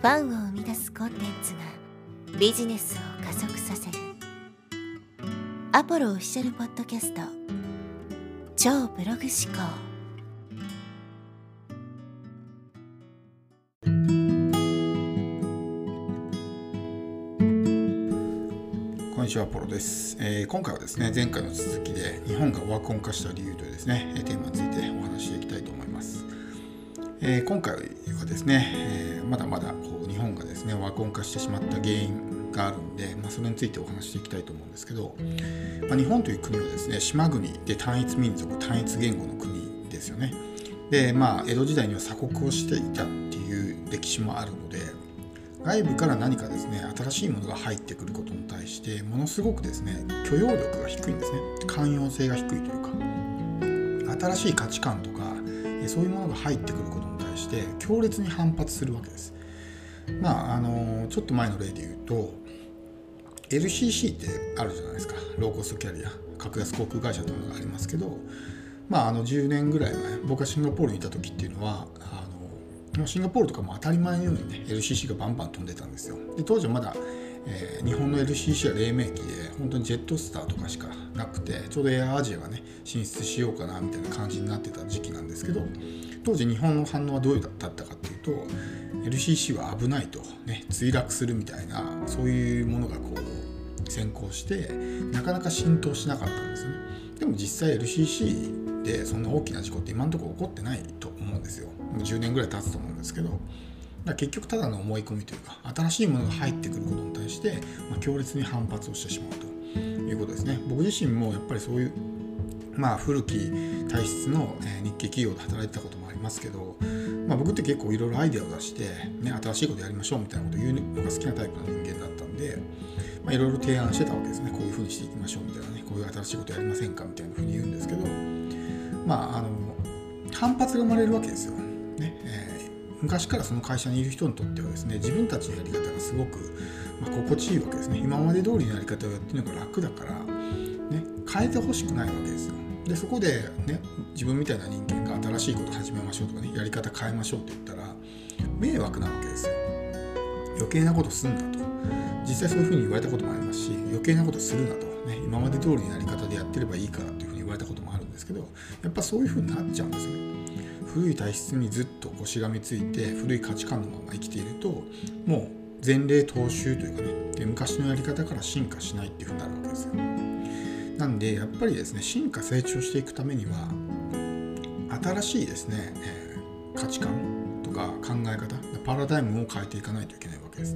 ファンを生み出すコンテンツがビジネスを加速させるアポロオフィシャルポッドキャスト超ブログ思考。 こんにちは、アポロです。今回はですね、前回の続きで日本がオワコン化した理由というですね、テーマについてお話ししていきたいと思います。今回はですね、まだまだ日本がですね、オワコン化してしまった原因があるんで、それについてお話ししていきたいと思うんですけど、日本という国はですね、島国で単一民族、単一言語の国ですよね。で、江戸時代には鎖国をしていたっていう歴史もあるので、外部から何かですね、新しいものが入ってくることに対してものすごくですね、許容力が低いんですね。寛容性が低いというか、新しい価値観とかそういうものが入ってくることに対して強烈に反発するわけです。ちょっと前の例で言うと LCC ってあるじゃないですか。ローコストキャリア、格安航空会社というのがありますけど、10年ぐらい前、僕がシンガポールにいた時っていうのはシンガポールとかも当たり前のようにね LCC がバンバン飛んでたんですよ。で当時はまだ、日本の LCC は黎明期で本当にジェットスターとかしかなくて、ちょうどエアアジアがね進出しようかなみたいな感じになってた時期なんですけど、当時日本の反応はどうだったかっていうと LCC は危ないと、墜落するみたいな、そういうものが先行してなかなか浸透しなかったんですよね。でも実際 LCC でそんな大きな事故って今のところ起こってないと思うんですよ。もう10年ぐらい経つと思うんですけど、結局ただの思い込みというか、新しいものが入ってくることに対して、強烈に反発をしてしまうということですね。僕自身もやっぱりそういう古き体質の日系企業で働いてたこともありますけど、僕って結構いろいろアイデアを出して、新しいことやりましょうみたいなことを言うのが好きなタイプの人間だったんで、いろいろ提案してたわけですね。こういうふうにしていきましょうみたいなね、こういう新しいことやりませんかみたいなふうに言うんですけど、反発が生まれるわけですよ。昔からその会社にいる人にとってはですね、自分たちのやり方がすごく、心地いいわけですね。今まで通りのやり方をやってるのが楽だから、変えてほしくないわけですよ。でそこで、自分みたいな人間が新しいことを始めましょうとかやり方変えましょうって言ったら迷惑なわけですよ。余計なことすんなと、実際そういうふうに言われたこともありますし、余計なことするなと、今まで通りのやり方でやってればいいからというふうに言われたこともあるんですけど、やっぱそういうふうになっちゃうんですよね。古い体質にずっとしがみついて、古い価値観のまま生きていると、もう前例踏襲というか昔のやり方から進化しないっていうふうになるわけですよ。なんでやっぱりですね、進化成長していくためには新しいですね、価値観とか考え方、パラダイムを変えていかないといけないわけです。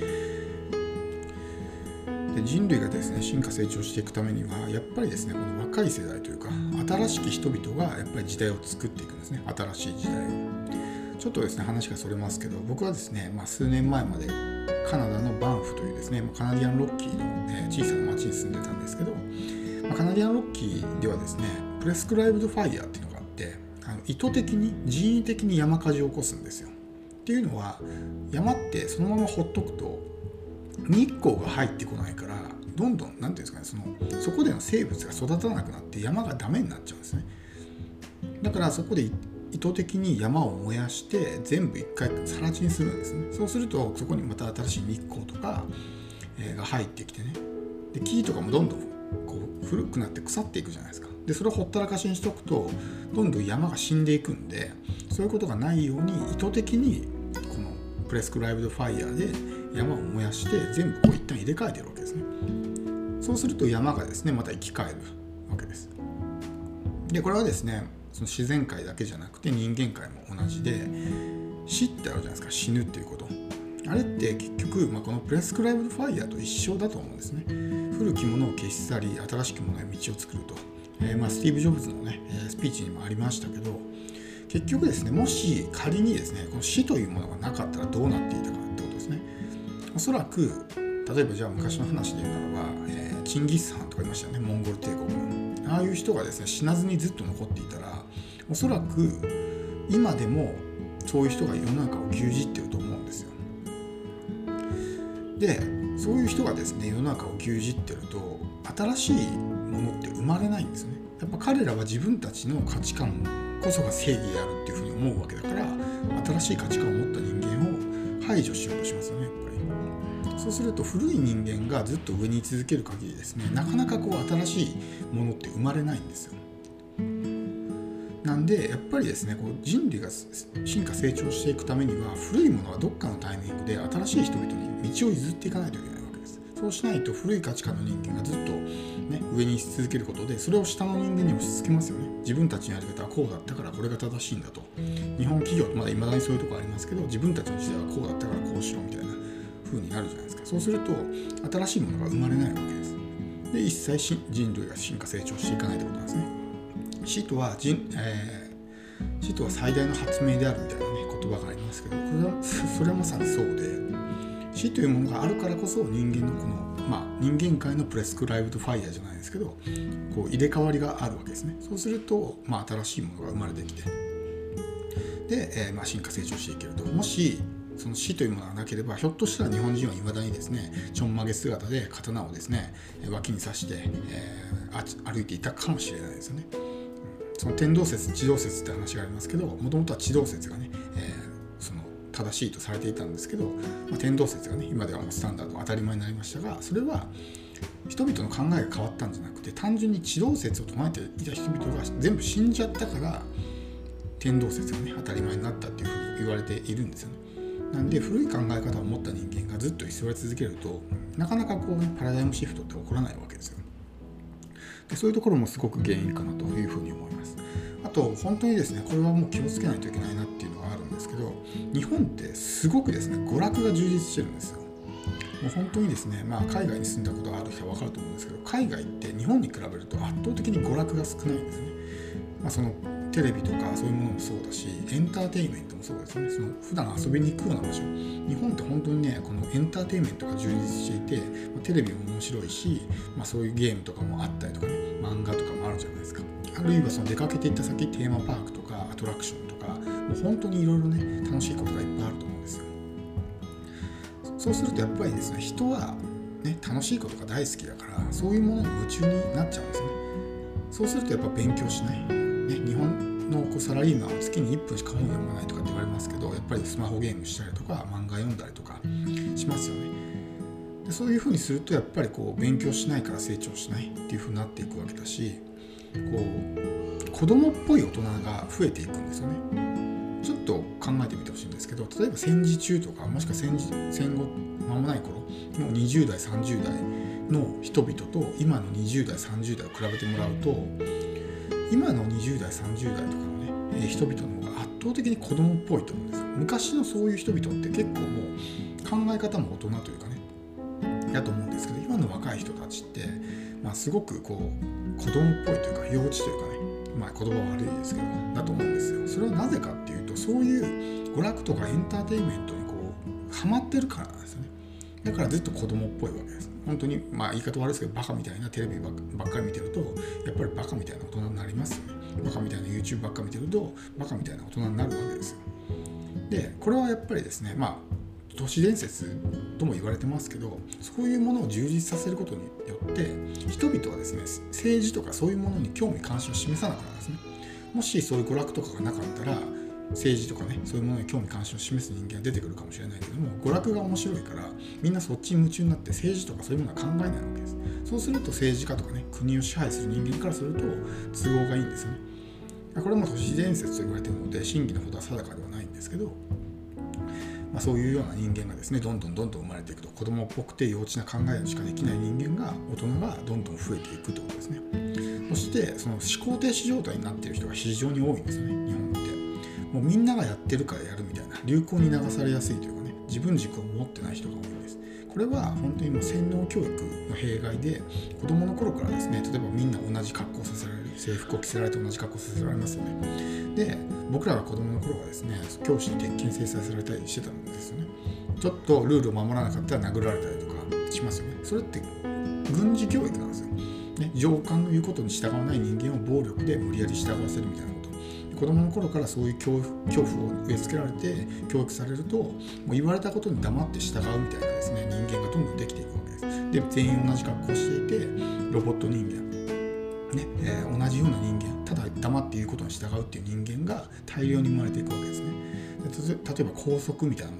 で人類がですね、進化成長していくためにはやっぱりですね、この若い世代というか新しき人々がやっぱり時代を作っていくんですね。新しい時代を。ちょっとですね、話がそれますけど、僕はですね、数年前までカナダのバンフというですね、カナディアンロッキーの、小さな町に住んでたんですけど、カナディアンロッキーではですね、プレスクライブドファイヤーっていうのがあって、意図的に人為的に山火事を起こすんですよ。っていうのは、山ってそのままほっとくと日光が入ってこないから、どんどんなんていうんですかね、そこでの生物が育たなくなって山がダメになっちゃうんですね。だからそこで意図的に山を燃やして全部一回更地にするんですね。そうするとそこにまた新しい日光とかが入ってきてね、で木とかもどんどん古くなって腐っていくじゃないですか。でそれをほったらかしにしとくとどんどん山が死んでいくんで、そういうことがないように意図的にこのプレスクライブドファイヤーで山を燃やして全部一旦入れ替えてるわけですね。そうすると山がですね、また生き返るわけです。でこれはですね、その自然界だけじゃなくて人間界も同じで、死ってあるじゃないですか。死ぬっていうこと、あれって結局、このプレスクライブドファイヤーと一緒だと思うんですね。古きものを消し去り新しきものへ道を作ると、スティーブ・ジョブズのねスピーチにもありましたけど、結局ですね、もし仮にですね、この死というものがなかったらどうなっていたかってことですね。おそらく例えばじゃあ昔の話で言うならば、チンギス・ハンとかいましたよね、モンゴル帝国の。ああいう人がですね、死なずにずっと残っていたら、おそらく今でもそういう人が世の中を牛耳っていると思うんですよ。でそういう人がですね、世の中を牛耳ってると新しいものって生まれないんですね。やっぱ彼らは自分たちの価値観こそが正義であるっていうふうに思うわけだから、新しい価値観を持った人間を排排除しようとしますよね、やっぱり。そうすると古い人間がずっと上に居続ける限りですね、なかなか新しいものって生まれないんですよ。なんでやっぱりですね、人類が進化成長していくためには、古いものはどっかのタイミングで新しい人々に道を譲っていかないといけないわけです。そうしないと古い価値観の人間がずっと、上にし続けることで、それを下の人間に押し付けますよね。自分たちのやり方はこうだったからこれが正しいんだと。日本企業まだ未だにそういうところありますけど、自分たちの時代はこうだったからこうしろみたいな風になるじゃないですか。そうすると新しいものが生まれないわけです。で、一切人類が進化成長していかないということなんですね。死とは最大の発明であるみたいな言葉がありますけど、それはまさにそうで、死というものがあるからこそ人間の人間界のプレスクライブドファイヤーじゃないですけど、入れ替わりがあるわけですね。そうすると、新しいものが生まれてきて、で、進化成長していけると。もしその死というものがなければ、ひょっとしたら日本人は未だにですね、ちょんまげ姿で刀をですね脇に刺して、歩いていたかもしれないですよね。その天動説、地動説って話がありますけど、もともとは地動説がね、その正しいとされていたんですけど、天動説がね、今ではもうスタンダード当たり前になりましたが、それは人々の考えが変わったんじゃなくて、単純に地動説を唱えていた人々が全部死んじゃったから、天動説がね当たり前になったっていうふうに言われているんですよね。なんで古い考え方を持った人間がずっと居座り続けると、なかなかパラダイムシフトって起こらないわけですよ。で、そういうところもすごく原因かなというふうに思います。あと本当にですね、これはもう気をつけないといけないなっていうのがあるんですけど、日本ってすごくですね娯楽が充実してるんですよ。もう本当にですね、海外に住んだことがある人は分かると思うんですけど、海外って日本に比べると圧倒的に娯楽が少ないんですね。そのテレビとかそういうものもそうだし、エンターテインメントもそうですね。その普段遊びに行くような場所、日本って本当にね、このエンターテインメントが充実していて、テレビも面白いし、そういうゲームとかもあったりとかね、漫画とかもあるじゃないですか。あるいはその出かけていった先、テーマパークとかアトラクションとか、もう本当にいろいろね、楽しいことがいっぱいあると思うんですよ。そうするとやっぱりですね、人はね、楽しいことが大好きだから、そういうものに夢中になっちゃうんですね。そうするとやっぱ勉強しない。日本のサラリーマンは月に1分しか本読まないとかって言われますけど、やっぱりスマホゲームしたりとか漫画読んだりとかしますよね。で、そういうふうにするとやっぱり勉強しないから成長しないっていうふうになっていくわけだし、子供っぽい大人が増えていくんですよね。ちょっと考えてみてほしいんですけど、例えば戦時中とか、もしくは戦後間もない頃の20代30代の人々と今の20代30代を比べてもらうと、今の20代30代とかのね、人々の方が圧倒的に子供っぽいと思うんですよ。昔のそういう人々って結構もう考え方も大人というかね、だと思うんですけど、今の若い人たちって、すごく子供っぽいというか幼稚というかね、言葉は悪いですけどだと思うんですよ。それはなぜかっていうと、そういう娯楽とかエンターテインメントにハマってるからなんですよね。だからずっと子供っぽいわけです。本当に言い方悪いですけど、バカみたいなテレビばっかり見てると、やっぱりバカみたいな大人になりますよね。バカみたいな YouTube ばっかり見てると、バカみたいな大人になるわけですよ。で、これはやっぱりですね、都市伝説とも言われてますけど、そういうものを充実させることによって人々はですね、政治とかそういうものに興味関心を示さなくなるんですね。もしそういう娯楽とかがなかったら、政治とかね、そういうものに興味関心を示す人間が出てくるかもしれないけども、娯楽が面白いからみんなそっちに夢中になって、政治とかそういうものは考えないわけです。そうすると政治家とかね、国を支配する人間からすると都合がいいんですよね。これも都市伝説と言われているので真偽のほどは定かではないんですけど、そういうような人間がですね、どんどん生まれていくと、子供っぽくて幼稚な考えしかできない人間が、大人がどんどん増えていくということですね。そしてその思考停止状態になっている人が非常に多いんですよね、日本って。もうみんながやってるからやるみたいな、流行に流されやすいというかね、自分軸を持ってない人が多いんです。これは本当にもう洗脳教育の弊害で、子供の頃からですね、例えばみんな同じ格好させられる、制服を着せられて同じ格好させられますよね。で、僕らが子供の頃はですね、教師に鉄拳制裁されたりしてたんですよね。ちょっとルールを守らなかったら殴られたりとかしますよね。それって軍事教育なんですよ、ね。上官の言うことに従わない人間を暴力で無理やり従わせるみたいなこと。子供の頃からそういう恐怖を植え付けられて教育されると、もう言われたことに黙って従うみたいなですね、人間がどんどんできていくわけです。で、全員同じ格好をしていて、ロボット人間ね、同じような人間、ただ黙って言うことに従うっていう人間が大量に生まれていくわけですね。で、例えば校則みたいなもの、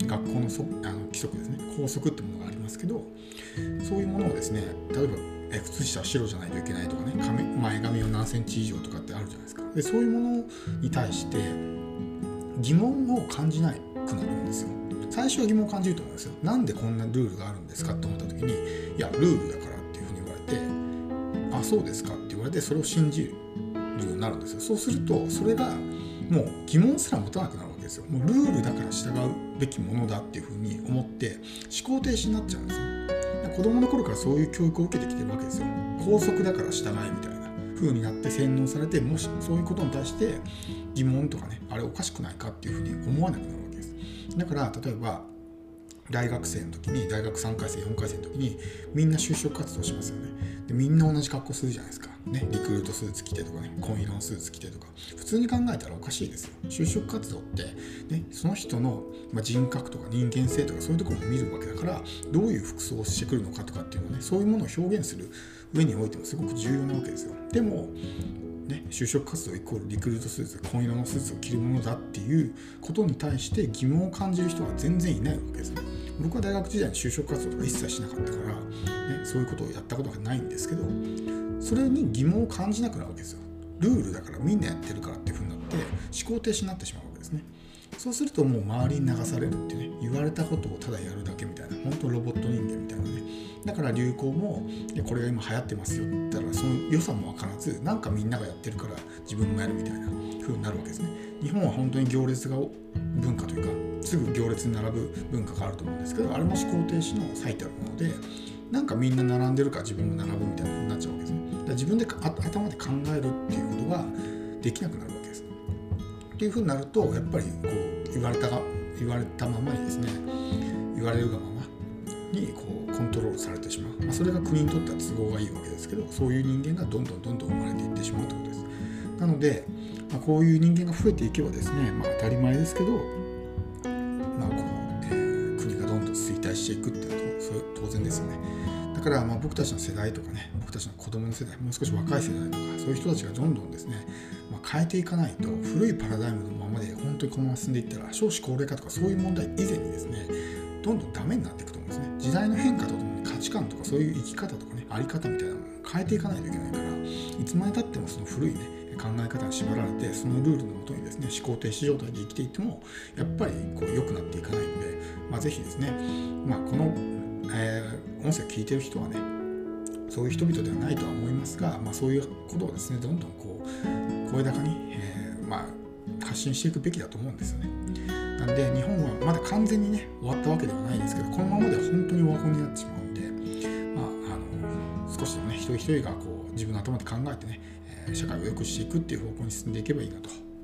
学校の規則ですね、校則ってものがありますけど、そういうものをですね、例えば靴下は白じゃないといけないとかね、前髪を何センチ以上とかってあるじゃないですか。でそういうものに対して疑問を感じなくなるんですよ。最初は疑問を感じると思うんですよ。なんでこんなルールがあるんですかと思った時に、いやルールだからっていうふうに言われて、あそうですかって言われて、それを信じるようになるんですよ。そうするとそれがもう疑問すら持たなくなるわけですよ。もうルールだから従うべきものだっていうふうに思って思考停止になっちゃうんですよ。子供の頃からそういう教育を受けてきてるわけですよ。校則だから従いみたいな風になって洗脳されて、もしそういうことに対して疑問とかね、あれおかしくないかっていうふうに思わなくなるわけです。だから例えば大学生の時に、大学3回生4回生の時にみんな就職活動しますよね。でみんな同じ格好するじゃないですかね。リクルートスーツ着てとかね、紺色のスーツ着てとか、普通に考えたらおかしいですよ。就職活動って、ね、その人の人格とか人間性とかそういうところを見るわけだから、どういう服装をしてくるのかとかっていうのね、そういうものを表現する上においてもすごく重要なわけですよ。でもね、就職活動イコールリクルートスーツ、紺色のスーツを着るものだっていうことに対して疑問を感じる人は全然いないわけですね。僕は大学時代に就職活動とか一切しなかったから、ね、そういうことをやったことがないんですけど、それに疑問を感じなくなるわけですよ。ルールだからみんなやってるからっていうふうになって思考停止になってしまうわけですね。そうするともう周りに流されるっていうね、言われたことをただやるだけみたいな、本当ロボット人間みたいなね。だから流行もこれが今流行ってますよって言ったら、その良さも分からず、なんかみんながやってるから自分もやるみたいな風になるわけですね。日本は本当に行列が文化というか、すぐ行列に並ぶ文化があると思うんですけど、あれも思考停止の最たるもので、なんかみんな並んでるから自分も並ぶみたいな風になっちゃうわけですね。だから自分で頭で考えるっていうことができなくなるわけです。っていう風になると、やっぱりこう言われたままにですね、言われるがままにこうコントロールされてしまう、それが国にとっては都合がいいわけですけど、そういう人間がどんどん生まれていってしまうということです。なので、こういう人間が増えていけばですね、当たり前ですけど、この、国がどんどん衰退していくっていうのは当然ですよね。だから僕たちの世代とかね、僕たちの子供の世代、もう少し若い世代とか、そういう人たちがどんどんですね、変えていかないと、古いパラダイムのままで本当にこのまま進んでいったら、少子高齢化とかそういう問題以前にですね、どんどんダメになっていくと思うんですね。時代の変化とともに価値観とかそういう生き方とかね、あり方みたいなのを変えていかないといけないから、いつまでたってもその古いね考え方に縛られて、そのルールのもとにですね思考停止状態で生きていってもやっぱりこう良くなっていかないので、ぜひですね、この、音声を聞いてる人はね、そういう人々ではないとは思いますが、そういうことをですねどんどんこう声高に、発信していくべきだと思うんですよね。なんで日本はまだ完全にね終わったわけではないですけど、このままでは本当にオワコンになってしまうんで、少しでもね一人一人がこう自分の頭で考えてね、社会を良くしていくっていう方向に進んでいけばいいなと